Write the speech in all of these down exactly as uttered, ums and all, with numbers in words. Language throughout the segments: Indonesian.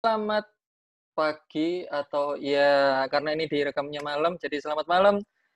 Selamat pagi atau ya karena ini direkamnya malam, jadi selamat malam.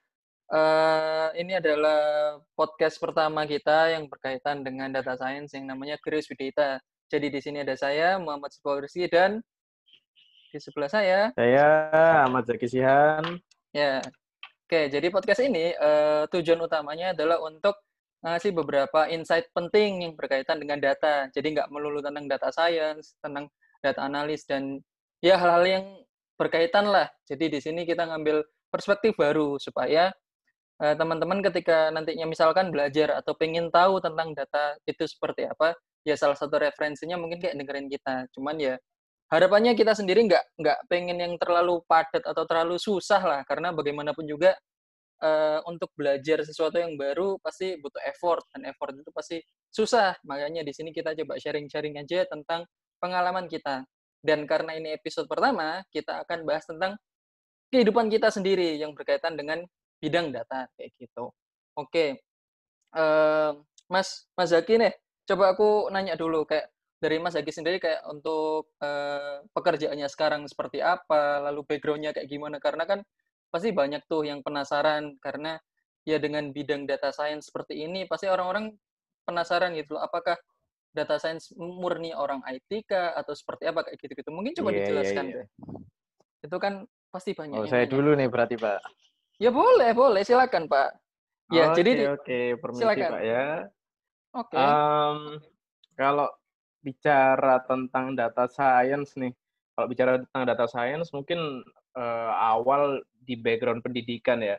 Eee, ini adalah podcast pertama kita yang berkaitan dengan data science yang namanya Curious with Data. Jadi di sini ada saya, Muhammad Subawirsi, dan di sebelah saya Saya Ahmad Zaki Sihan. ya, oke, jadi podcast ini, eee, tujuan utamanya adalah untuk ngasih beberapa insight penting yang berkaitan dengan data. Jadi nggak melulu tentang data science, tentang data analis, dan ya hal-hal yang berkaitan lah. Jadi di sini kita ngambil perspektif baru supaya eh, teman-teman ketika nantinya misalkan belajar atau pengen tahu tentang data itu seperti apa, ya salah satu referensinya mungkin kayak dengerin kita. Cuman ya harapannya kita sendiri nggak nggak pengen yang terlalu padat atau terlalu susah lah, karena bagaimanapun juga eh, untuk belajar sesuatu yang baru pasti butuh effort, dan effort itu pasti susah. Makanya di sini kita coba sharing-sharing aja tentang pengalaman kita. Dan karena ini episode pertama, kita akan bahas tentang kehidupan kita sendiri yang berkaitan dengan bidang data kayak gitu. Oke, eh, Mas Mas Zaki nih, coba aku nanya dulu kayak dari Mas Zaki sendiri kayak untuk eh, pekerjaannya sekarang seperti apa, lalu backgroundnya kayak gimana? Karena kan pasti banyak tuh yang penasaran karena ya dengan bidang data science seperti ini pasti orang-orang penasaran gitu loh, apakah data science murni orang I T kah atau seperti apa kayak gitu-gitu. Mungkin coba Iya, iya, dijelaskan iya. deh. Itu kan pasti banyak Oh, yang saya nanya. dulu nih berarti, Pak. Ya boleh, boleh, silakan Pak. Ya, jadi Oke, di, oke. Permisi, silakan. Pak ya. Oke. Em, Kalau bicara tentang data science nih, kalau bicara tentang data science mungkin eh, awal di background pendidikan ya.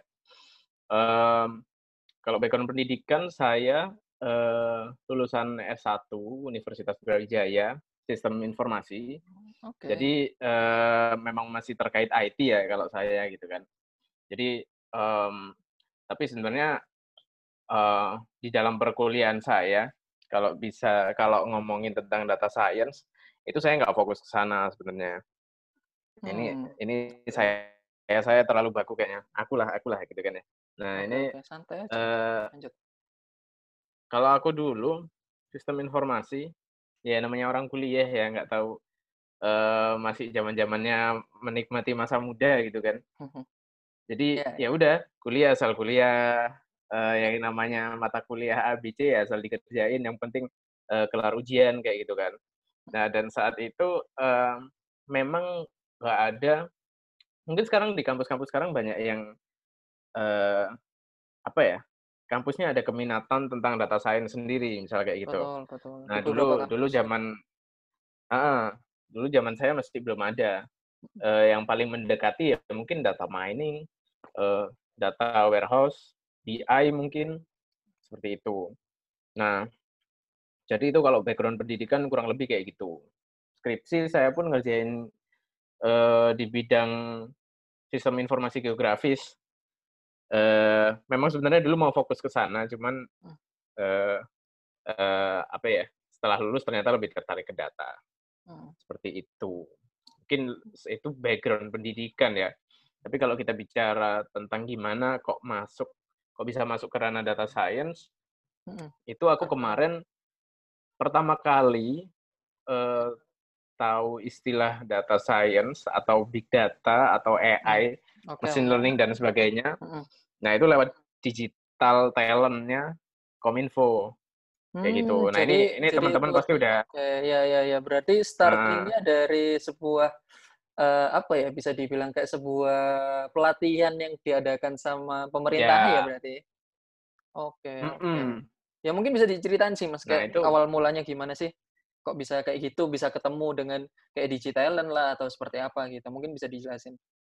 Em, Kalau background pendidikan saya eh, lulusan S satu Universitas Brawijaya, Sistem Informasi. Oke. Jadi eh, memang masih terkait I T ya kalau saya gitu kan. Jadi em, tapi sebenarnya eh, di dalam perkuliahan saya, kalau bisa kalau ngomongin tentang data science, itu saya nggak fokus ke sana sebenarnya. Ini Hmm. ini Oke. saya saya terlalu baku kayaknya. Akulah akulah gitu kan ya. Nah Oke, ini oke, santai aja. eh, Lanjut. kalau aku dulu sistem informasi, ya namanya orang kuliah ya nggak tahu eh, masih zaman zamannya menikmati masa muda gitu kan. Jadi Ya, ya ya. udah kuliah asal kuliah, eee, yang namanya mata kuliah A, B, C ya asal dikerjain yang penting, eee, kelar ujian kayak gitu kan. Nah dan saat itu, eee, memang nggak ada mungkin sekarang di kampus-kampus sekarang banyak yang, eee, apa ya, kampusnya ada keminatan tentang data science sendiri misal kayak gitu. Betul, betul. Di Nah beberapa dulu dulu kampus ya. zaman heeh, dulu zaman saya masih belum ada, eee, yang paling mendekati ya mungkin data mining, eee, data warehouse, B I mungkin, seperti itu. Nah, jadi itu kalau background pendidikan kurang lebih kayak gitu. Skripsi saya pun ngerjain, eee, di bidang sistem informasi geografis, eee, memang sebenarnya dulu mau fokus ke sana, cuman, Hmm, eee eee, apa ya, setelah lulus ternyata lebih tertarik ke data, hmm. seperti itu. Mungkin itu background pendidikan ya. Tapi kalau kita bicara tentang gimana kok masuk kok bisa masuk ke ranah data science, Hmm. itu aku kemarin pertama kali, eee, tahu istilah data science atau big data atau Hmm. A I, Oke, machine oke. learning dan sebagainya. Hmm. Nah, itu lewat digital talent-nya Kominfo, kayak Hmm, gitu. Nah, jadi ini ini jadi itu teman-teman pasti lebih udah oke, ya, ya, ya. Berarti heeh, startingnya dari sebuah eh, apa ya, bisa dibilang kayak sebuah pelatihan yang diadakan sama pemerintah ya ya berarti. Oke, oke. mhm. Ya mungkin bisa diceritain sih Mas, Nah, kayak itu awal mulanya gimana sih? Kok bisa kayak gitu, bisa ketemu dengan kayak digitalent lah atau seperti apa gitu, mungkin bisa dijelasin?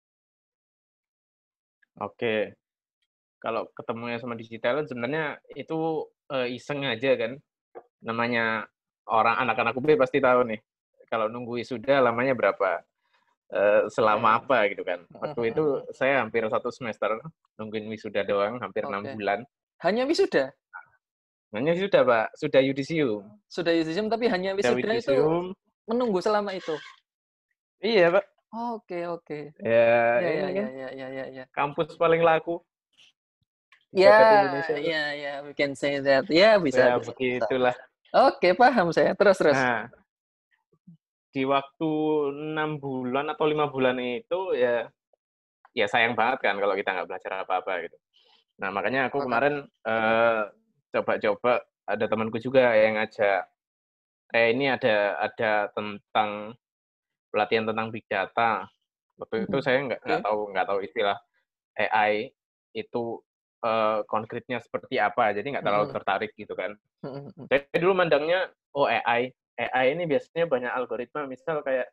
oke. Kalau ketemunya sama digital sebenarnya itu, eee, iseng aja kan. Namanya orang anak-anak U B pasti tahu nih, kalau nunggu wisuda lamanya berapa, eee, selama Oke. apa gitu kan. Heeh, Waktu heeh, itu heeh. saya hampir satu semester nungguin wisuda doang, hampir enam Oke. bulan. Hanya wisuda? Hanya wisuda, Pak, sudah yudisium. Sudah yudisium tapi hanya Sudah wisuda itu yudisium menunggu selama itu? iya, Pak. Oke, oke. Ya Ya, ya, ini ya, kan ya, ya, ya, ya. kampus paling laku di Ya, jagat Indonesia tuh. ya, ya, we can say that. Ya, bisa, Ya bisa, bisa. begitulah. Oke, paham saya. Terus, terus. Nah di waktu enam bulan atau lima bulan itu ya ya sayang banget kan kalau kita nggak belajar apa-apa gitu. Nah, makanya aku Oke. kemarin eh, coba-coba ada temanku juga yang ngajak, eh ini ada ada tentang pelatihan tentang big data. Waktu itu Mhm. saya nggak nggak Oke. tahu nggak tahu istilah A I itu eh, konkretnya seperti apa, jadi nggak terlalu Mhm. tertarik gitu kan. Mhm mhm. Saya dulu mandangnya, oh A I, A I ini biasanya banyak algoritma, misal kayak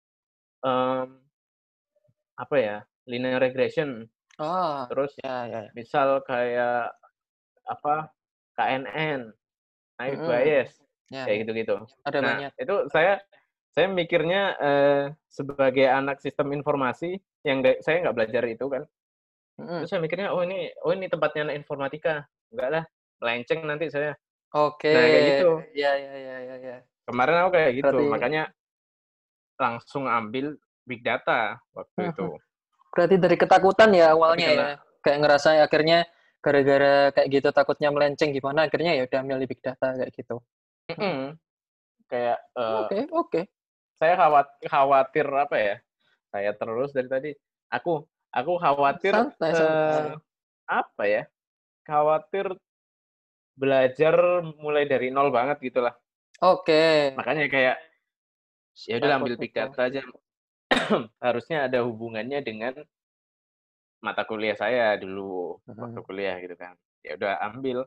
em, apa ya, linear regression, Oh, terus ya ya ya. misal kayak apa, K N N, naive Mhm. bias, Ya kayak ya. gitu-gitu. Ada Nah, banyak. itu saya saya mikirnya eh, sebagai anak sistem informasi yang nggak saya nggak belajar itu kan, Mhm. terus saya mikirnya, oh ini oh ini tempatnya anak informatika, enggak lah, melenceng nanti saya. Oke. Nah, kayak gitu. Ya ya ya ya ya. Kemarin aku kayak gitu, Berarti makanya langsung ambil big data waktu itu. mhm. Berarti dari ketakutan ya Tapi awalnya ya. karena Kayak ngerasa akhirnya gara-gara kayak gitu takutnya melenceng gimana akhirnya ya udah milih big data kayak gitu. Mhm. mhm, kayak, eee, Oke oke. saya khawat khawatir apa ya, saya terus dari tadi, aku aku khawatir, Santai eee, santai. apa ya, khawatir belajar mulai dari nol banget gitulah. Oke. Makanya kayak, ya Siap udahlah ambil waktu big itu. data aja, harusnya ada hubungannya dengan mata kuliah saya dulu, waktu Mhm. kuliah gitu kan. Ya udah ambil,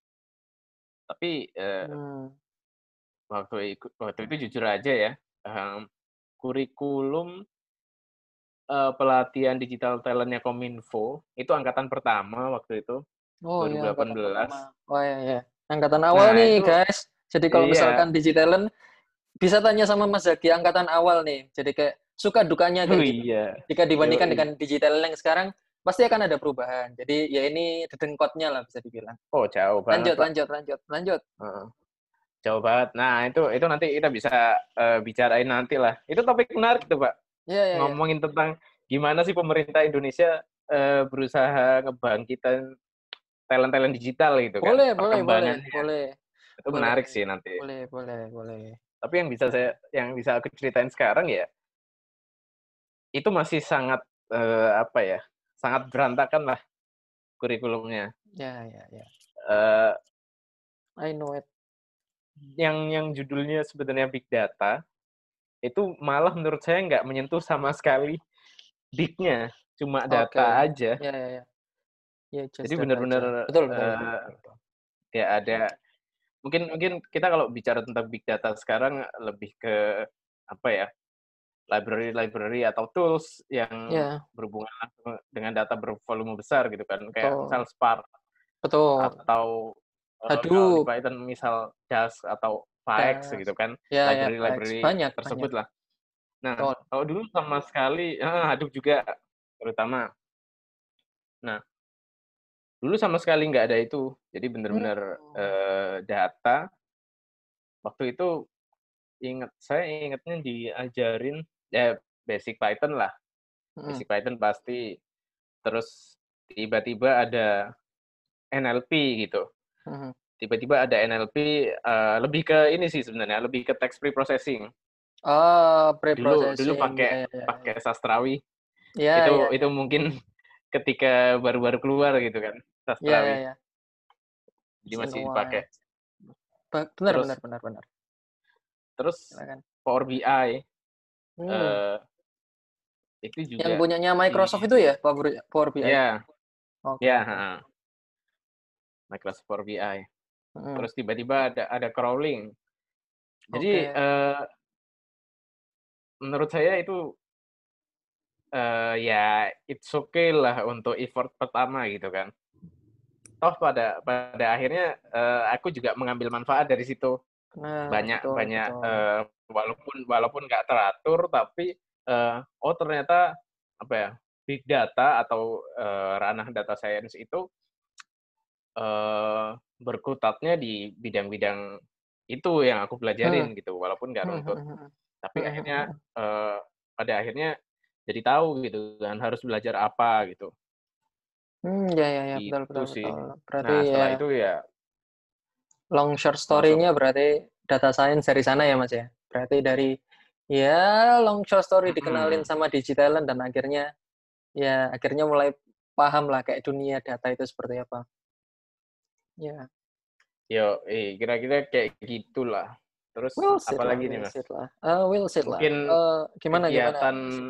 tapi, eee, Mmm. waktu iku waktu itu jujur aja ya, mmm, kurikulum, eee, pelatihan digital talent-nya Kominfo, itu angkatan pertama waktu itu, Oh ya angkatan dua ribu delapan belas. pertama. Oh ya ya. Angkatan awal Nah nih itu guys. Jadi kalau iya, misalkan Digitalent bisa tanya sama Mas Zaki angkatan awal nih. Jadi kayak suka dukanya oh kayak gitu. iya, Jika dibandingkan yoi. dengan Digitalent yang sekarang pasti akan ada perubahan. Jadi ya ini dedengkotnya lah bisa dibilang. Oh jauh banget, Lanjut Pak, lanjut lanjut lanjut. heeh, jauh banget. Nah itu itu nanti kita bisa, eee, bicarain nanti lah. Itu topik menarik tuh, Pak, Iya iya iya. ngomongin tentang gimana sih pemerintah Indonesia, eee, berusaha ngebangkitin talent-talent digital gitu kan, Boleh boleh boleh perkembangannya. boleh Itu boleh menarik sih nanti. boleh boleh boleh. Tapi yang bisa Nah, saya yang bisa aku ceritain sekarang ya, itu masih sangat, eee, apa ya, sangat berantakan lah kurikulumnya. ya ya ya. Eee, I know it. yang yang judulnya sebenarnya big data, itu malah menurut saya nggak menyentuh sama sekali big-nya, cuma Oke. data aja. Ya ya ya. Ya Jadi just data benar-benar, aja. Betul betul betul eee, betul. betul. ya ada mungkin mungkin kita kalau bicara tentang big data sekarang lebih ke, apa ya, library-library atau tools yang Ya, berhubungan langsung dengan data bervolume besar gitu kan, kayak betul. misal Spark Betul. atau, eee, kalau di Hadoop, Python misal Dask atau Phax das. gitu kan, Ya ya, X. library-library Banyak banyak. tersebut lah. Nah, Betul. kalau dulu sama sekali heeh, Hadoop juga terutama. Nah, dulu sama sekali nggak ada itu. Jadi benar-benar Mmm. eee, data waktu itu inget saya ingetnya diajarin ya basic Python lah, Mhm. basic Python pasti, terus tiba-tiba ada N L P gitu. Mhm. Tiba-tiba ada N L P, eee, lebih ke ini sih sebenarnya, lebih ke text preprocessing. Oh, Dulu dulu pre-processing. Ya pakai ya ya ya. pakai Sastrawi, Ya itu ya itu ya. mungkin ketika baru-baru keluar gitu kan, Ya ya Sastrawi, ya. jadi It's in a masih dipakai. while. Ba benar Terus benar benar benar. terus Silakan. Power B I, Hmm. eee, itu Yang juga punyanya di Microsoft itu ya, Power Power B I? ya Oke ya, oke. heeh, Microsoft Power B I. Mhm. Terus tiba-tiba ada ada crawling. Jadi, Oke. eee, menurut saya itu, eee, ya it's okay lah untuk effort pertama gitu kan. Toh pada pada akhirnya, eee, aku juga mengambil manfaat dari situ. Nah, Banyak betul banyak, betul. eee, walaupun walaupun nggak teratur tapi, eee, oh ternyata apa ya, big data atau, eee, ranah data science itu, eee, berkutatnya di bidang-bidang itu yang aku Hmm. pelajarin gitu, walaupun nggak Mhm runtut. mhm mhm. Tapi Mhm mhm akhirnya, mhm. eee, pada akhirnya jadi tahu gitu kan harus belajar apa gitu, Mmm, ya ya ya, betul gitu betul sih. betul. Berarti Nah ya setelah itu ya long short langsung story-nya berarti data science dari sana ya, Mas, ya? Berarti dari Ya, long short story dikenalin Mhm. sama Digitalent dan akhirnya ya akhirnya mulai paham lah kayak dunia data itu seperti apa. Ya. Yoi, kira-kira kayak gitulah. Terus Will see lah, apalagi nih, will Mas? see lah, eee, will see lah. Mungkin Eee, gimana gimana, kegiatan Mas?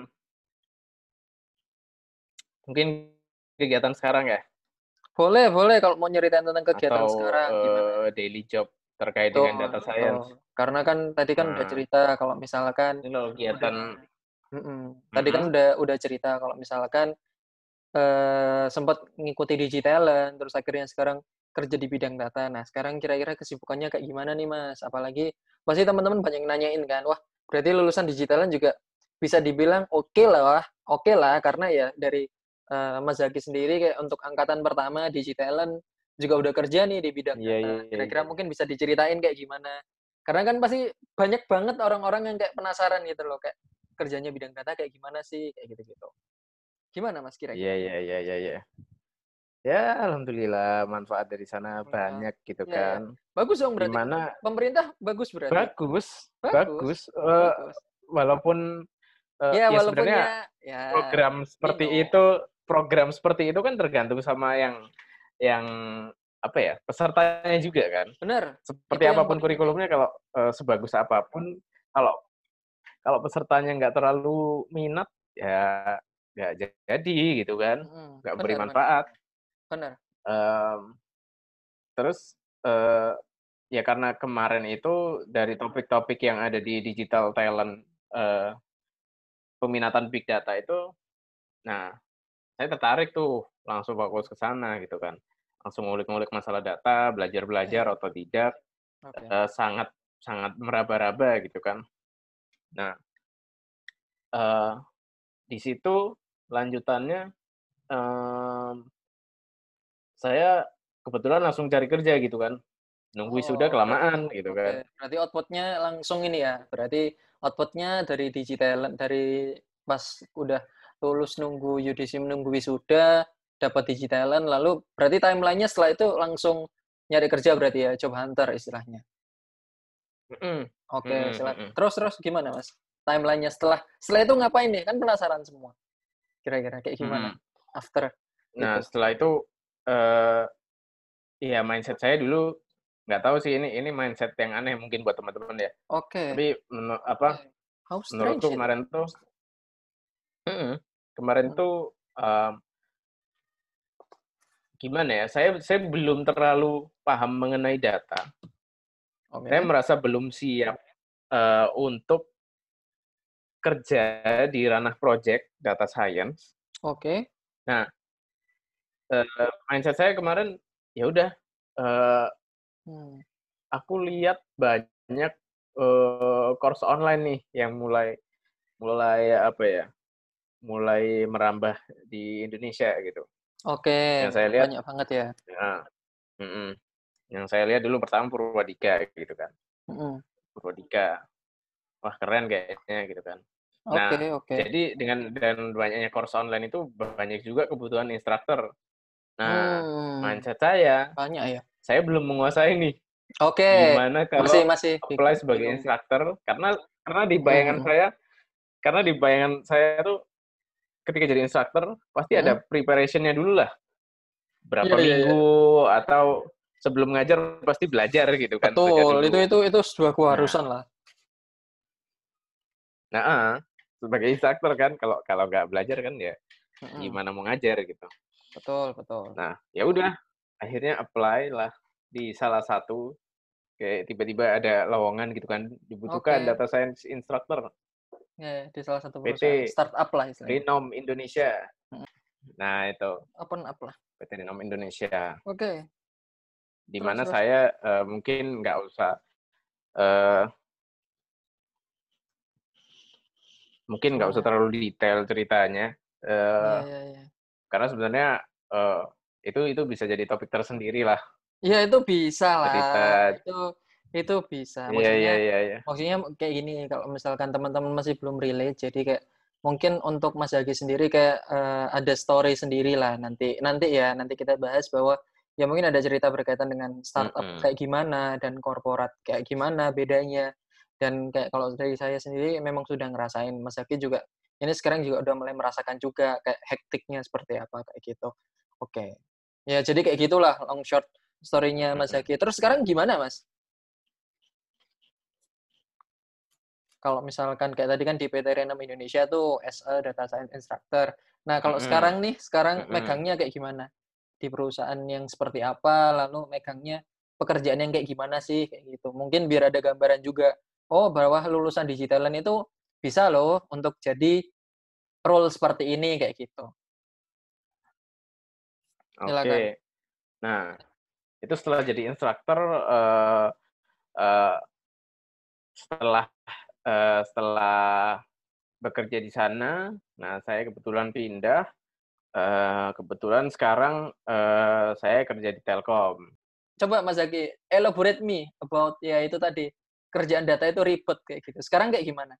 mungkin kegiatan sekarang ya? Boleh boleh kalau mau nyeritain tentang kegiatan Atau, sekarang gimana? eee, daily job terkait dengan Betul data betul. science? Karena kan tadi kan udah Nah, cerita kalau misalkan ini loh udah kegiatan mhm, tadi kan mhm, udah udah cerita kalau misalkan, eee, sempet ngikuti Digitalent, terus akhirnya sekarang kerja di bidang data. Nah, sekarang kira-kira kesibukannya kayak gimana nih, Mas? Apalagi pasti teman-teman banyak yang nanyain kan, "Wah, berarti lulusan Digitalent juga bisa dibilang oke lah wah oke lah," karena ya dari, eee, Mas Zaki sendiri kayak untuk angkatan pertama Digitalent juga udah kerja nih di bidang iya data. iya iya Kira-kira iya. mungkin bisa diceritain kayak gimana? Karena kan pasti banyak banget orang-orang yang kayak penasaran gitu loh, kayak kerjanya bidang data kayak gimana sih? Kayak gitu-gitu. Gimana Mas Iya kira-kira? iya iya iya iya. Ya, alhamdulillah manfaat dari sana Alhamdulillah. banyak gitu Iya ya. kan. Bagus dong Di berarti untuk mana pemerintah bagus berarti? bagus Bagus bagus, eee, bagus. walaupun, eee, Ya ya walaupun sebenarnya ya ya program we seperti know. itu program seperti itu kan tergantung sama yang yang apa ya, pesertanya juga kan. Bener, Seperti itu yang apapun paling penting. kurikulumnya kalau, eee, sebagus apapun, kalau kalau pesertanya nggak terlalu minat, ya nggak jadi gitu kan, Mhm, nggak beri bener bener manfaat. bener. Bener. Mmm, terus, eee, ya karena kemarin itu dari topik-topik yang ada di digital talent, eee, peminatan big data itu, nah saya tertarik tuh, langsung fokus ke sana gitu kan. Langsung ngulik-ngulik masalah data, belajar-belajar, Iya, otodidak, oke. eee, sangat sangat meraba-raba gitu kan. Nah, eee, di situ lanjutannya, mmm, saya kebetulan langsung cari kerja gitu kan, nunggu wisuda Oh, berarti kelamaan gitu oke, kan. berarti output-nya langsung ini ya, berarti output-nya dari Digitalent dari pas udah lulus nunggu yudisium, nunggu wisuda, dapat Digitalent, lalu berarti timeline-nya setelah itu langsung nyari kerja berarti ya, job hunter istilahnya? Mhm, Oke, mhm silat mhm, terus terus gimana, Mas? Timeline-nya setelah setelah itu ngapain nih? Kan penasaran semua, kira-kira kayak gimana mhm. after Nah itu? setelah itu, eee, iya mindset saya dulu nggak tahu sih ini ini mindset yang aneh mungkin buat teman-teman ya, Oke, tapi menu apa, how menurutku strange itu? kemarin tuh mhm, kemarin Mhm, tuh, eee, gimana ya, saya saya belum terlalu paham mengenai data. Saya oke merasa belum siap, eee, untuk kerja di ranah project data science. oke, Nah, eee, mindset saya kemarin, ya udah, eee, mmm, aku lihat banyak, eee, course online nih yang mulai mulai apa ya, mulai merambah di Indonesia gitu. oke, Yang saya lihat banyak banget ya? heeh, mhm, yang saya lihat dulu pertama Purwadika gitu kan, Mhm, Purwadika, wah keren kayaknya gitu kan. oke Nah, oke, jadi dengan dan banyaknya course online itu banyak juga kebutuhan instruktur. Nah, mmm, mindset saya, banyak ya? saya belum menguasai nih, Oke, gimana masih kalau masih apply bingung sebagai bingung bingung, instruktur, karena karena di mhm bayangan mhm, saya karena di bayangan saya tuh ketika jadi instruktur pasti mhm? ada preparation-nya dulu lah, Iya berapa iya iya, minggu atau sebelum ngajar pasti belajar gitu kan, baca betul, itu dulu. itu itu sebuah Nah keharusan lah, heeh, sebagai instruktur kan kalau kalau nggak belajar kan ya mhm, gimana mau ngajar gitu. betul betul, Nah, ya udah akhirnya apply lah di salah satu, kayak tiba-tiba ada lowongan gitu kan, dibutuhkan oke, data science instructor, ya ya, di salah satu P T perusahaan startup lah istilahnya, Rinom Indonesia. mhm, Nah itu, open up lah, P T Rinom Indonesia, oke, di terus mana terus? saya, eee, mungkin nggak usah, eee, mungkin nggak usah Gimana? terlalu detail ceritanya, eee, Iya iya iya. karena sebenarnya, eee, itu itu bisa jadi topik tersendiri lah, Ya itu bisa lah, cerita itu itu bisa. iya iya Maksudnya iya iya, maksudnya kayak gini, kalau misalkan teman-teman masih belum relate, jadi kayak mungkin untuk Mas Hagi sendiri kayak, eee, ada story sendiri lah nanti nanti ya, nanti kita bahas bahwa ya mungkin ada cerita berkaitan dengan startup mhm, kayak gimana dan korporat kayak gimana bedanya. Dan kayak kalau dari saya sendiri memang sudah ngerasain, Mas Zaki juga ini sekarang juga udah mulai merasakan juga kayak hektiknya seperti apa, kayak gitu. Oke. Ya jadi kayak gitulah long short story-nya Mas Mm-mm. Zaki. Terus sekarang gimana, Mas? Kalau misalkan kayak tadi kan di P T Renom Indonesia tuh as a data science instructor. Nah, kalau Mm-mm. sekarang nih, sekarang Mm-mm. megangnya kayak gimana? Di perusahaan yang seperti apa, lalu megangnya pekerjaan yang kayak gimana sih, kayak gitu. Mungkin biar ada gambaran juga, oh bahwa lulusan digitalan itu bisa loh untuk jadi role seperti ini, kayak gitu. Silakan. Oke. Nah, itu setelah jadi instruktur, uh, uh, setelah uh, setelah bekerja di sana, nah saya kebetulan pindah. Uh, kebetulan sekarang uh, saya kerja di Telkom. Coba Mas Zaki, elaborate me about ya itu tadi kerjaan data itu ribet kayak gitu. Sekarang kayak gimana?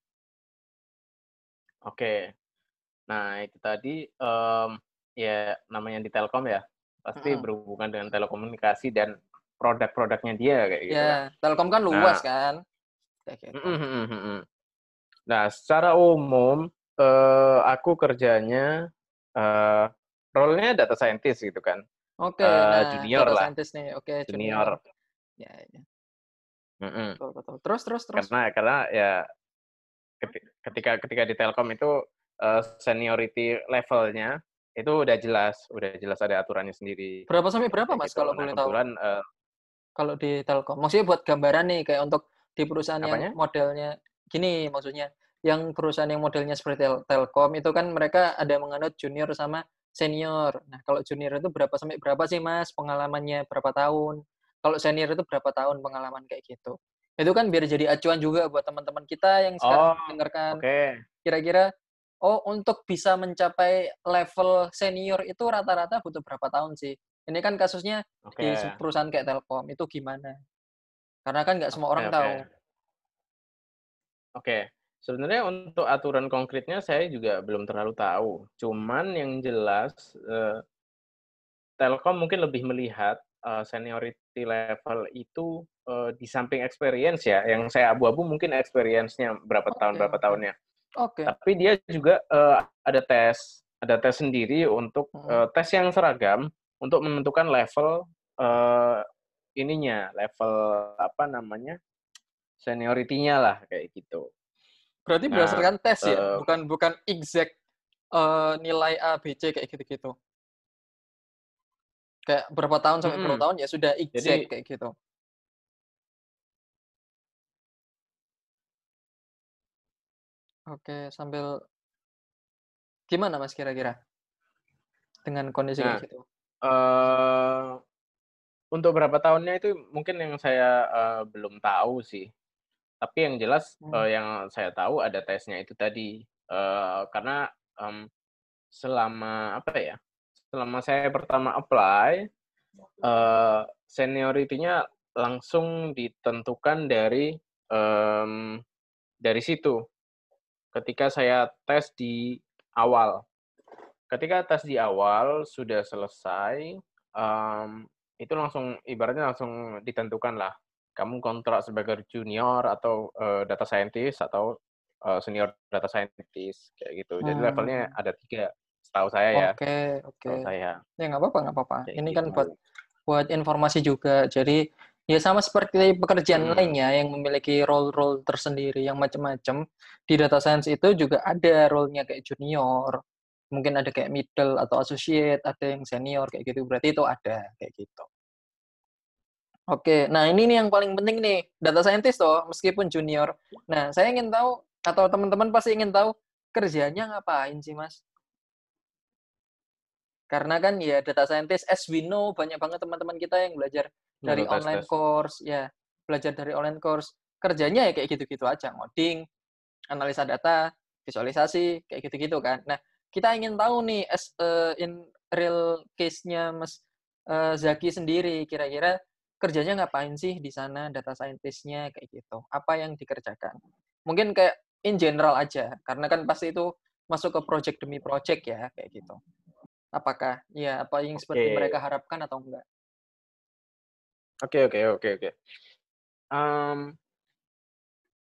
Oke. Nah, itu tadi um, ya namanya di Telkom ya, pasti Mm-mm. berhubungan dengan telekomunikasi dan produk-produknya dia kayak gitu kan. Ya, Telkom kan luas Nah, kan, kayak mm, gitu. mm, mm, mm, mm. Nah, secara umum eh, aku kerjanya eh, role-nya data scientist gitu kan. Oke, Eh, nah junior data lah, scientist nih, oke junior. junior. Ya, ya. Mm-mm. Betul, betul. Terus, terus, terus. Karena karena ya keti- ketika ketika di Telkom itu eh, seniority levelnya itu udah jelas, udah jelas ada aturannya sendiri Berapa sampai berapa, kayak Mas, gitu. kalau Nah, boleh tahu? kebetulan eh, Kalau di Telkom. Maksudnya buat gambaran nih, kayak untuk di perusahaan yang apanya? modelnya, gini maksudnya, yang perusahaan yang modelnya seperti tel Telkom, itu kan mereka ada menganut junior sama senior. Nah, kalau junior itu berapa sampai berapa sih, Mas, pengalamannya berapa tahun? Kalau senior itu berapa tahun pengalaman kayak gitu. Itu kan biar jadi acuan juga buat teman-teman kita yang sekarang Oh, mendengarkan. oke. Kira-kira, oh untuk bisa mencapai level senior itu rata-rata butuh berapa tahun sih? Ini kan kasusnya di Oke. perusahaan kayak Telkom, itu gimana? Karena kan nggak semua Oke, orang oke. tahu. Oke. Sebenarnya untuk aturan konkretnya saya juga belum terlalu tahu. Cuman yang jelas eh, Telkom mungkin lebih melihat eh, seniority level itu eh, di samping experience ya, yang saya abu-abu mungkin experience-nya berapa tahun Oke, berapa oke. tahunnya. Oke. Tapi dia juga eh, ada tes, ada tes sendiri untuk Mhm. eh, tes yang seragam untuk menentukan level eh, ininya, level apa namanya, seniority-nya lah kayak gitu. Berarti Nah, berdasarkan tes ya? eh, Bukan bukan exact, eee, nilai A, B, C kayak gitu-gitu? Kayak berapa tahun sampai berapa mm-mm. tahun, ya sudah exact Jadi kayak gitu? Oke, sambil gimana Mas kira-kira dengan kondisi kayak nah gitu? eh, untuk berapa tahunnya itu mungkin yang saya eh, belum tahu sih. Tapi yang jelas Mmm, eh, yang saya tahu ada tesnya itu tadi. Eh, karena em, selama apa ya? Selama saya pertama apply, eh, seniority-nya langsung ditentukan dari em, dari situ. Ketika saya tes di awal. Ketika tes di awal sudah selesai, em, itu langsung ibaratnya langsung ditentukan lah. Kamu kontrak sebagai junior atau eh, data scientist atau eh, senior data scientist kayak gitu. Jadi levelnya mmm, ada tiga, setahu saya ya, oke, oke. setahu saya Ya nggak apa-apa, nggak apa-apa. kayak Ini kan buat gitu. buat informasi juga. Jadi, ya sama seperti pekerjaan Mm-mm. lainnya yang memiliki role-role tersendiri yang macam-macam, di data science itu juga ada role-nya kayak junior, mungkin ada kayak middle atau associate, ada yang senior kayak gitu. Berarti itu ada kayak gitu. Oke, nah ini nih yang paling penting nih, data scientist toh, meskipun junior. Nah, saya ingin tahu atau teman-teman pasti ingin tahu kerjanya ngapain sih, Mas? Karena kan ya data scientist as we know banyak banget teman-teman kita yang belajar Halo, dari tes online tes. course, ya belajar dari online course. Kerjanya ya kayak gitu-gitu aja, ngoding, analisa data, visualisasi, kayak gitu-gitu kan. Nah, kita ingin tahu nih as eee, in real case-nya Mas, eee, Zaki sendiri, kira-kira kerjanya ngapain sih di sana data scientist-nya kayak gitu? Apa yang dikerjakan? Mungkin kayak in general aja, karena kan pasti itu masuk ke project demi project ya, kayak gitu. Apakah ya apa yang seperti Oke, mereka harapkan atau enggak? oke, oke, oke, oke. Em,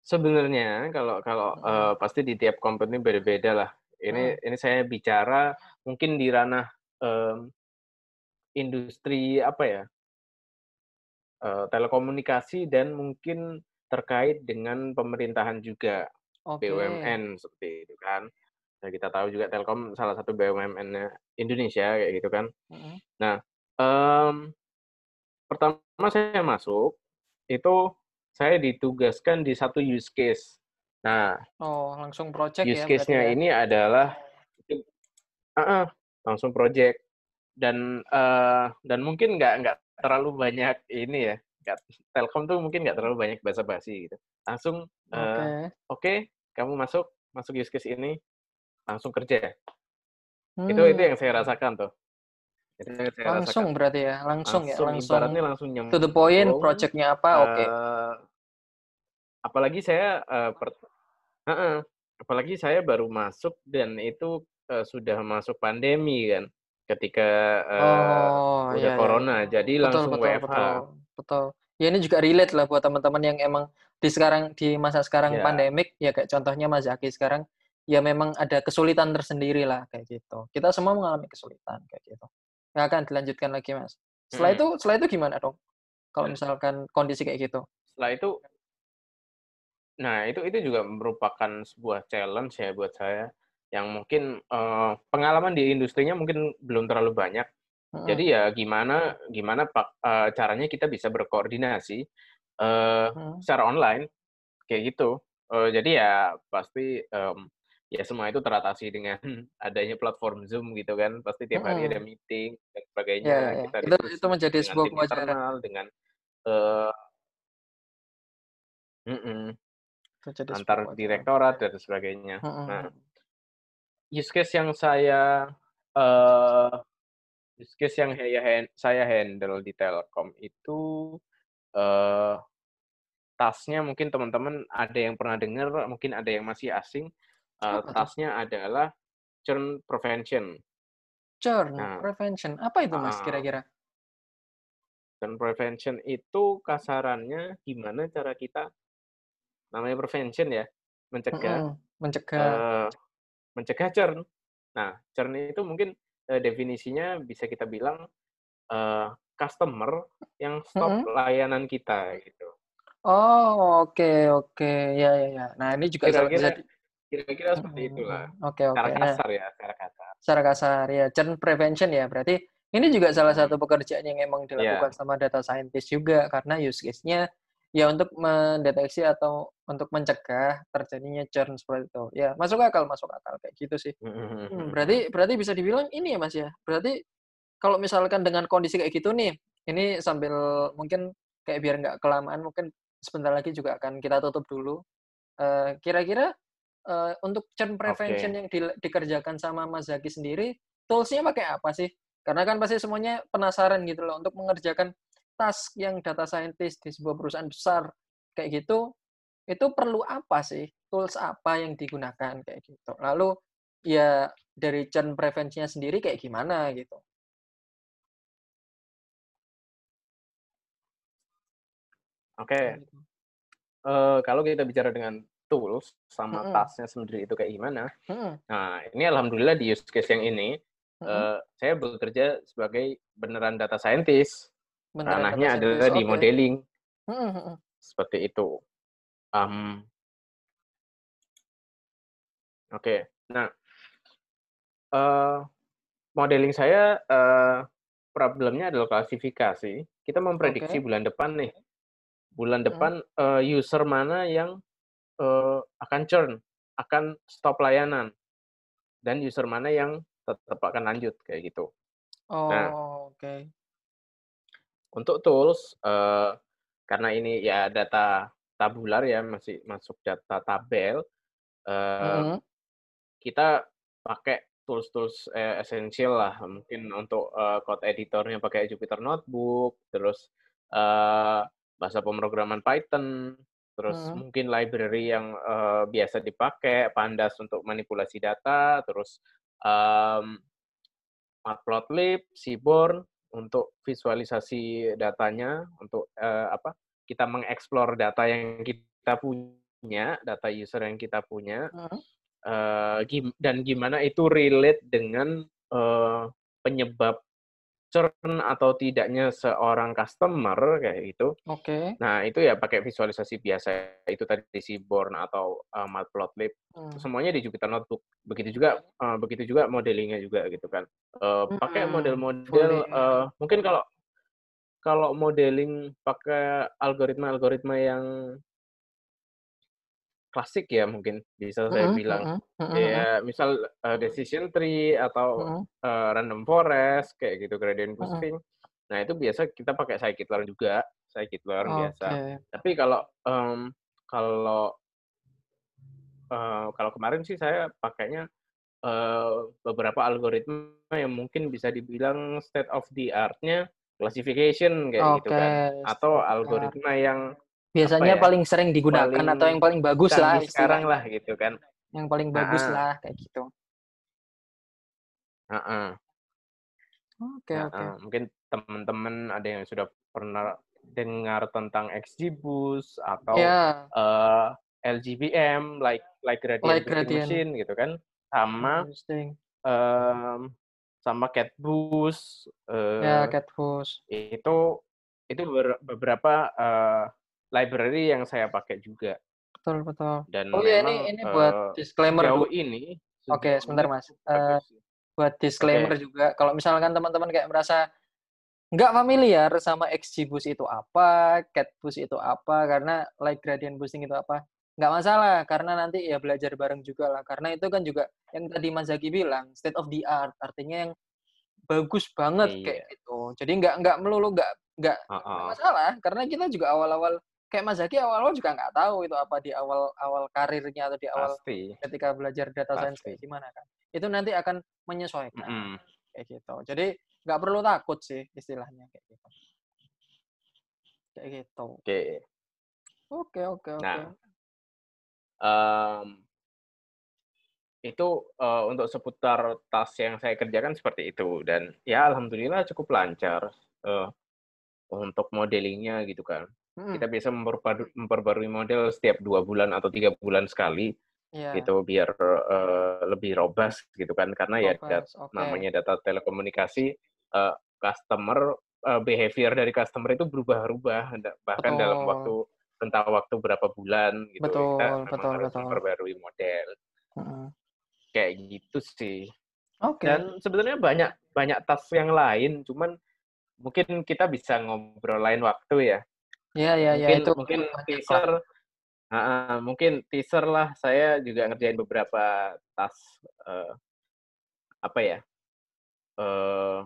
Sebenarnya kalau kalau, Mhm. eee, pasti di tiap company beda-beda lah. Mhm. Ini ini saya bicara mungkin di ranah, mmm, industri apa ya, eee, telekomunikasi dan mungkin terkait dengan pemerintahan juga, Oke. B U M N seperti itu kan. Nah, kita tahu juga Telkom salah satu B U M N-nya Indonesia kayak gitu kan. Mhm. Nah, mmm, pertama saya masuk, itu saya ditugaskan di satu use case. Nah, Oh, langsung project use ya berarti case-nya ya? ini adalah heeh, langsung project dan, eee, dan mungkin nggak nggak terlalu banyak ini ya, nggak Telkom tuh mungkin nggak terlalu banyak basa-basi gitu. Langsung, eee, Oke. "Oke, kamu masuk masuk use case ini, langsung kerja." Itu itu Mmm, yang saya rasakan tuh, itu yang saya langsung rasakan. berarti ya? Langsung ya? Langsung Langsung ibaratnya langsung to the point, nyemplung, project-nya apa, oke. eee, apalagi saya, eee, per heeh, apalagi saya baru masuk dan itu, eee, sudah masuk pandemi kan, ketika, eee, Oh, udah ya ya ya. corona, jadi Betul langsung betul W F betul H. betul. Ya ini juga relate lah buat teman-teman yang emang di sekarang di masa sekarang Ya, pandemik, ya kayak contohnya Mas Zaki sekarang, ya memang ada kesulitan tersendiri lah kayak gitu. Kita semua mengalami kesulitan kayak gitu. Ya akan dilanjutkan lagi, Mas. Setelah mhm, itu setelah itu gimana dong? Kalau dan misalkan kondisi kayak gitu? setelah itu nah itu itu juga merupakan sebuah challenge ya buat saya, yang mungkin, eee, pengalaman di industrinya mungkin belum terlalu banyak. Mhm Jadi ya gimana gimana pak eee, caranya kita bisa berkoordinasi, eee, mhm. secara online, kayak gitu. Eee, jadi ya pasti, mmm, ya semua itu teratasi dengan adanya platform Zoom gitu kan, pasti tiap hari ada Mhm. meeting dan Ya sebagainya, ya. kita Itu itu diskusi menjadi dengan sebuah tim kewajaran. internal, dengan, eee mhm, Itu jadi sebuah antar kewajaran. direktorat dan sebagainya. Nah, Mhm. use case yang saya, eee, use case yang saya han saya handle di Telkom itu, eee, task-nya mungkin teman-teman ada yang pernah dengar, mungkin ada yang masih asing, eee, Apa tuh? task-nya adalah churn prevention. Churn Nah prevention, apa itu Mas heeh, kira-kira? churn prevention itu kasarannya gimana cara kita namanya prevention ya, mencegah, Mhm, mencegah. eee, mencegah churn. Nah, churn itu mungkin, eee, definisinya bisa kita bilang, eee, customer yang stop Mhm. layanan kita gitu. Oh, oke oke, ya ya ya. Nah, ini juga salah Kira-kira jadi kira-kira seperti mhm itulah, mhm. Oke secara oke. Nah, kasar ya, secara kasar. secara kasar ya, churn prevention ya, berarti ini juga salah satu Mhm, pekerjaan yang emang dilakukan iya, sama data scientist juga, karena use case-nya ya untuk mendeteksi atau untuk mencegah terjadinya churn seperti itu. Ya, masuk akal masuk akal, kayak gitu sih. mhm mhm Mmm, mhm mhm. berarti berarti bisa dibilang ini ya, Mas, ya, berarti kalau misalkan dengan kondisi kayak gitu nih, ini sambil mungkin kayak biar nggak kelamaan, mungkin sebentar lagi juga akan kita tutup dulu. Eee, kira-kira, eee, untuk churn prevention Oke yang dil dikerjakan sama Mas Zaki sendiri, tools-nya pakai apa sih? Karena kan pasti semuanya penasaran gitu loh, untuk mengerjakan task yang data scientist di sebuah perusahaan besar kayak gitu, itu perlu apa sih? Tools apa yang digunakan kayak gitu? Lalu, ya dari churn prevention-nya sendiri kayak gimana gitu? Kayak oke, gitu. eee, kalau kita bicara dengan tools sama Mhm task-nya sendiri itu kayak gimana. mhm Nah, ini alhamdulillah di use case yang ini, mhm. eee, saya bekerja sebagai beneran data scientist, Beneran data ranahnya adalah scientist, di oke. modeling, Mhm mhm. seperti itu. Mmm, oke. Nah, eee, modeling saya, eee, problemnya adalah klasifikasi. Kita memprediksi Oke. bulan depan nih, bulan Mhm. depan, eee, user mana yang, eee, akan churn, akan stop layanan, dan user mana yang tetap akan lanjut, kayak gitu. Nah, Oh, oke. untuk tools, eee, karena ini ya data tabular ya, masih masuk data tabel, mmm, Mhm kita pakai tools-tools, eee, esensial lah, mungkin untuk, eee, code editor-nya pakai Jupyter Notebook, terus, eee, bahasa pemrograman Python, terus mhm mungkin library yang, eee, biasa dipakai, Pandas untuk manipulasi data, terus, mmm Matplotlib, Seaborn untuk visualisasi datanya, untuk, eee, apa, kita mengeksplor data yang kita punya punya, data user yang kita punya, Mhm. uh, gim dan gimana itu relate dengan, uh, penyebab churn atau tidaknya seorang customer, kayak gitu. Oke. Nah, itu ya pakai visualisasi biasa, itu tadi Seaborn atau, uh, Matplotlib, Mmm. semuanya di Jupyter Notebook. Begitu juga uh, begitu juga modeling-nya juga, gitu kan. Uh, pakai Mhm, model-model, fully. uh, mungkin kalau kalau modeling pakai algoritma-algoritma yang klasik ya mungkin bisa saya Mhm bilang. mhm mhm mhm. Kayak misal, eee, decision tree atau, Mhm. eee, random forest kayak gitu, gradient Mhm. boosting. Nah, itu biasa kita pakai scikit-learn juga, scikit-learn biasa. Oke. Tapi kalau, mmm, kalau eee, kalau kemarin sih saya pakainya, eee, beberapa algoritma yang mungkin bisa dibilang state of the art-nya classification kayak gitu Oke, kan, state atau of the art. algoritma yang, apa Biasanya ya, paling sering digunakan atau yang paling paling baguslah canggih sekarang istilahnya. lah gitu kan. Yang paling Heeh. baguslah, kayak gitu. Heeh. Oke Heeh, oke. mungkin temen-temen ada yang sudah pernah dengar tentang XGBoost atau, Iya. eee, LGBM, like like gradient Light boosting gradient. machine gitu kan, sama, Boosting. mmm, sama CatBoost, Ya, eee, CatBoost. itu itu ber beberapa, eee, library yang saya pakai juga. Betul betul. Dan Oh ya, ini memang, ini buat eee, disclaimer sejauh dulu. ini Oke, sejauh sebentar ini Mas. cukup Eee, bagus sih. buat Oke. disclaimer juga, kalau misalkan teman-teman kayak merasa nggak familiar sama XGBoost itu apa, CatBoost itu apa, karena light gradient boosting itu apa, nggak masalah, karena nanti ya belajar bareng jugalah. Karena itu kan juga yang tadi Mas Zaky bilang, state of the art, artinya yang bagus banget kayak Iya. gitu. Jadi nggak nggak melulu nggak nggak nggak Heeh. masalah, karena kita juga awal-awal kayak Mas Zaky awal-awal juga nggak tahu itu apa di awal-awal karirnya atau di awal Pasti. ketika belajar data science kayak Pasti. gimana kan. Itu nanti akan menyesuaikan, Mhm. kayak gitu. Jadi nggak perlu takut sih istilahnya, kayak gitu. Kayak gitu. Oke. Oke oke oke. Nah. Mmm. Itu, eee, untuk seputar task yang saya kerjakan seperti itu dan ya alhamdulillah cukup lancar, eee, untuk modeling-nya gitu kan. Mhm. Kita biasa memperpadu memperbarui model setiap dua bulan atau tiga bulan sekali, Iya. gitu biar, eee, lebih robust gitu kan, karena ya dat Robust, oke. namanya data telekomunikasi, eee, customer, eee, behavior dari customer itu berubah-ubah, da bahkan dalam Betul. waktu rentang waktu berapa bulan gitu, kita Betul memang betul harus betul. memperbarui model. Mhm. Kayak gitu sih. Oke. Dan sebenarnya banyak banyak task yang lain, cuman mungkin kita bisa ngobrol lain waktu ya. Iya iya iya, itu Mungkin mungkin banyaklah. teaser heeh, mungkin teaser-lah saya juga ngerjain beberapa task, eee apa ya, eee,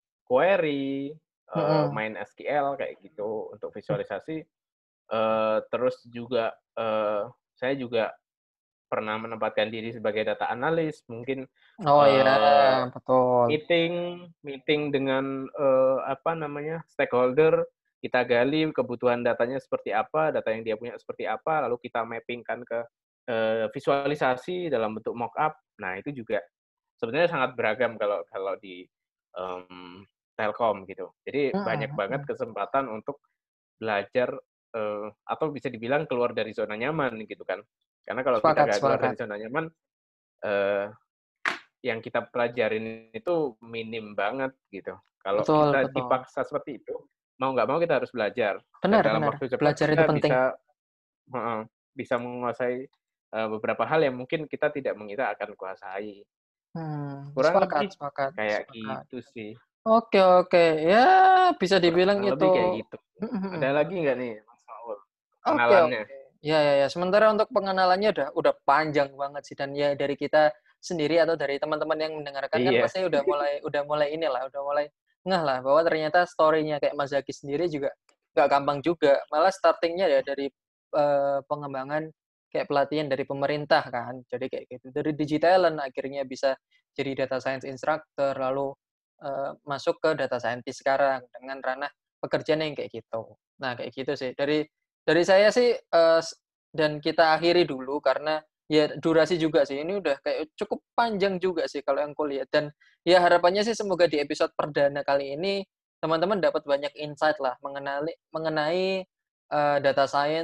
query, eee, Mhm. main SQL kayak gitu untuk visualisasi. Eee, terus juga, eee, saya juga pernah menempatkan diri sebagai data analis, mungkin, Oh iya, eee, betul. meeting meeting dengan, eee, apa namanya, stakeholder, kita gali kebutuhan datanya seperti apa, data yang dia punya seperti apa, lalu kita mapping-kan ke, eee, visualisasi dalam bentuk mockup. Nah, itu juga sebenarnya sangat beragam kalau kalau di, mmm, Telkom gitu. Jadi banyak Mhm banget mhm. kesempatan untuk belajar, eee, atau bisa dibilang keluar dari zona nyaman gitu kan. Karena kalau kita Sepakat nggak keluar dari sepakat. zona nyaman, eee, yang kita pelajarin itu minim banget gitu. Kalau Betul kita betul. dipaksa seperti itu, mau nggak mau kita harus belajar dan Benar dalam benar, waktu cepat belajar itu kita penting. bisa heeh, bisa menguasai, eee, beberapa hal yang mungkin kita tidak mengira akan kuasai. Hmm, Kurang sepakat lebih sepakat kayak sepakat. gitu sih. Oke oke, ya bisa dibilang Kurang itu lebih kayak gitu. mhm mhm. Ada lagi nggak nih, Mas Maul, Oke kenalannya? oke. Ya ya ya, sementara untuk pengenalannya udah udah panjang banget sih dan ya dari kita sendiri atau dari teman-teman yang mendengarkan kan Iya. pasti udah mulai udah mulai inilah, udah mulai ngeh lah bahwa ternyata story-nya kayak Mas Zaky sendiri juga nggak gampang juga. Malah starting-nya ya dari, eee, pengembangan kayak pelatihan dari pemerintah kan. Jadi kayak gitu, dari Digitalent akhirnya bisa jadi data science instructor, lalu, eee, masuk ke data scientist sekarang dengan ranah pekerjaan yang kayak gitu. Nah, kayak gitu sih. Dari dari saya sih, eee, s dan kita akhiri dulu karena ya durasi juga sih, ini udah kayak cukup panjang juga sih kalau yang kulihat dan ya harapannya sih semoga di episode perdana kali ini teman-teman dapat banyak insight lah mengenali mengenai, eee, data science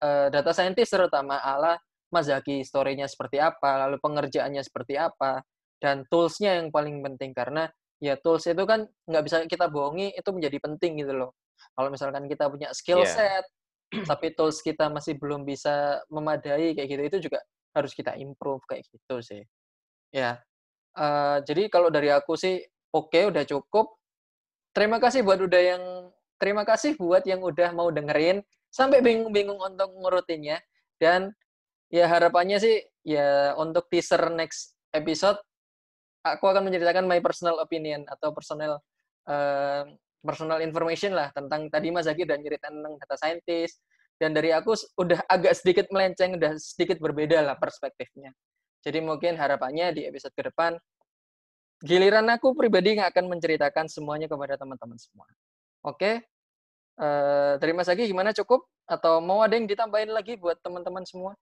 uh, data scientist terutama ala Mas Zaki, story-nya seperti apa, lalu pengerjaannya seperti apa, dan tools-nya yang paling penting. Karena ya tools itu kan nggak bisa kita bohongi, itu menjadi penting gitu loh. Kalau misalkan kita punya skill Iya. set, tapi tools kita masih belum bisa memadai kayak gitu, itu juga harus kita improve kayak gitu sih. Ya, uh, jadi kalau dari aku sih oke, okay, udah cukup. Terima kasih buat udah yang terima kasih buat yang udah mau dengerin sampai bingung-bingung untuk ngurutinnya. Dan ya harapannya sih ya untuk teaser next episode aku akan menceritakan my personal opinion atau personal uh, personal information lah tentang tadi Mas Zaki dan cerita tentang data scientist, dan dari aku udah agak sedikit melenceng, udah sedikit berbeda lah perspektifnya. Jadi mungkin harapannya di episode ke depan giliran aku pribadi nggak akan menceritakan semuanya kepada teman-teman semua. Oke, uh, dari Mas Zaki gimana, cukup atau mau ada yang ditambahin lagi buat teman-teman semua?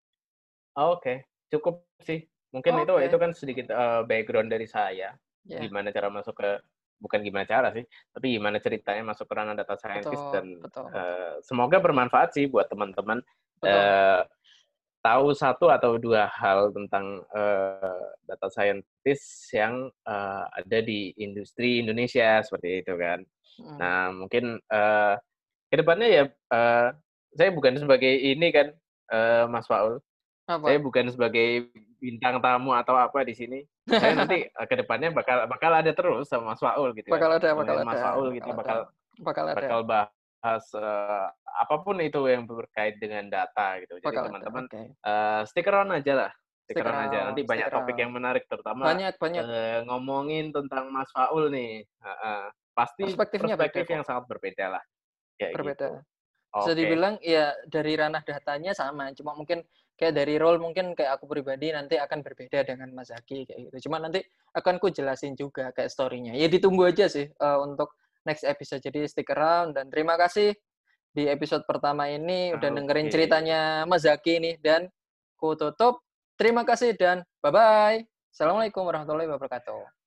Oh, Oke, okay. Cukup sih. Mungkin itu Okay. itu kan sedikit uh, background dari saya. Yeah. Gimana cara masuk ke bukan gimana cara sih, tapi gimana ceritanya masuk ke ranah data scientist, Betul, dan betul. Uh, semoga bermanfaat sih buat teman-teman uh, tahu satu atau dua hal tentang uh, data scientist yang uh, ada di industri Indonesia seperti itu kan. Hmm. Nah mungkin uh, kedepannya ya uh, saya bukan sebagai ini kan uh, Mas Faul. Apa? Saya bukan sebagai bintang tamu atau apa di sini. Saya nanti uh, kedepannya bakal bakal ada terus sama Mas Faul gitu bakal kan. ada, bakal Mas ada, Faul bakal kita ada, bakal bakal ada. bakal bahas uh, apapun itu yang berkait dengan data gitu. Jadi Bakal teman-teman okay. uh, stick around aja lah. Stick, stick around aja. Nanti banyak topik around. yang menarik, terutama banyak, banyak. Uh, ngomongin tentang Mas Faul nih. Uh, uh, pasti perspektifnya perspektif beda yang kok. sangat berbeda lah. Kayak berbeda. gitu. Bisa okay. dibilang ya dari ranah datanya sama, cuma mungkin kayak dari role mungkin kayak aku pribadi nanti akan berbeda dengan Mas Zaki kayak gitu. Cuma nanti akan ku jelasin juga kayak story-nya. Ya ditunggu aja sih uh, untuk next episode. Jadi stick around, dan terima kasih di episode pertama ini udah okay. dengerin ceritanya Mas Zaki nih, dan ku tutup. Terima kasih dan bye-bye. Assalamualaikum warahmatullahi wabarakatuh.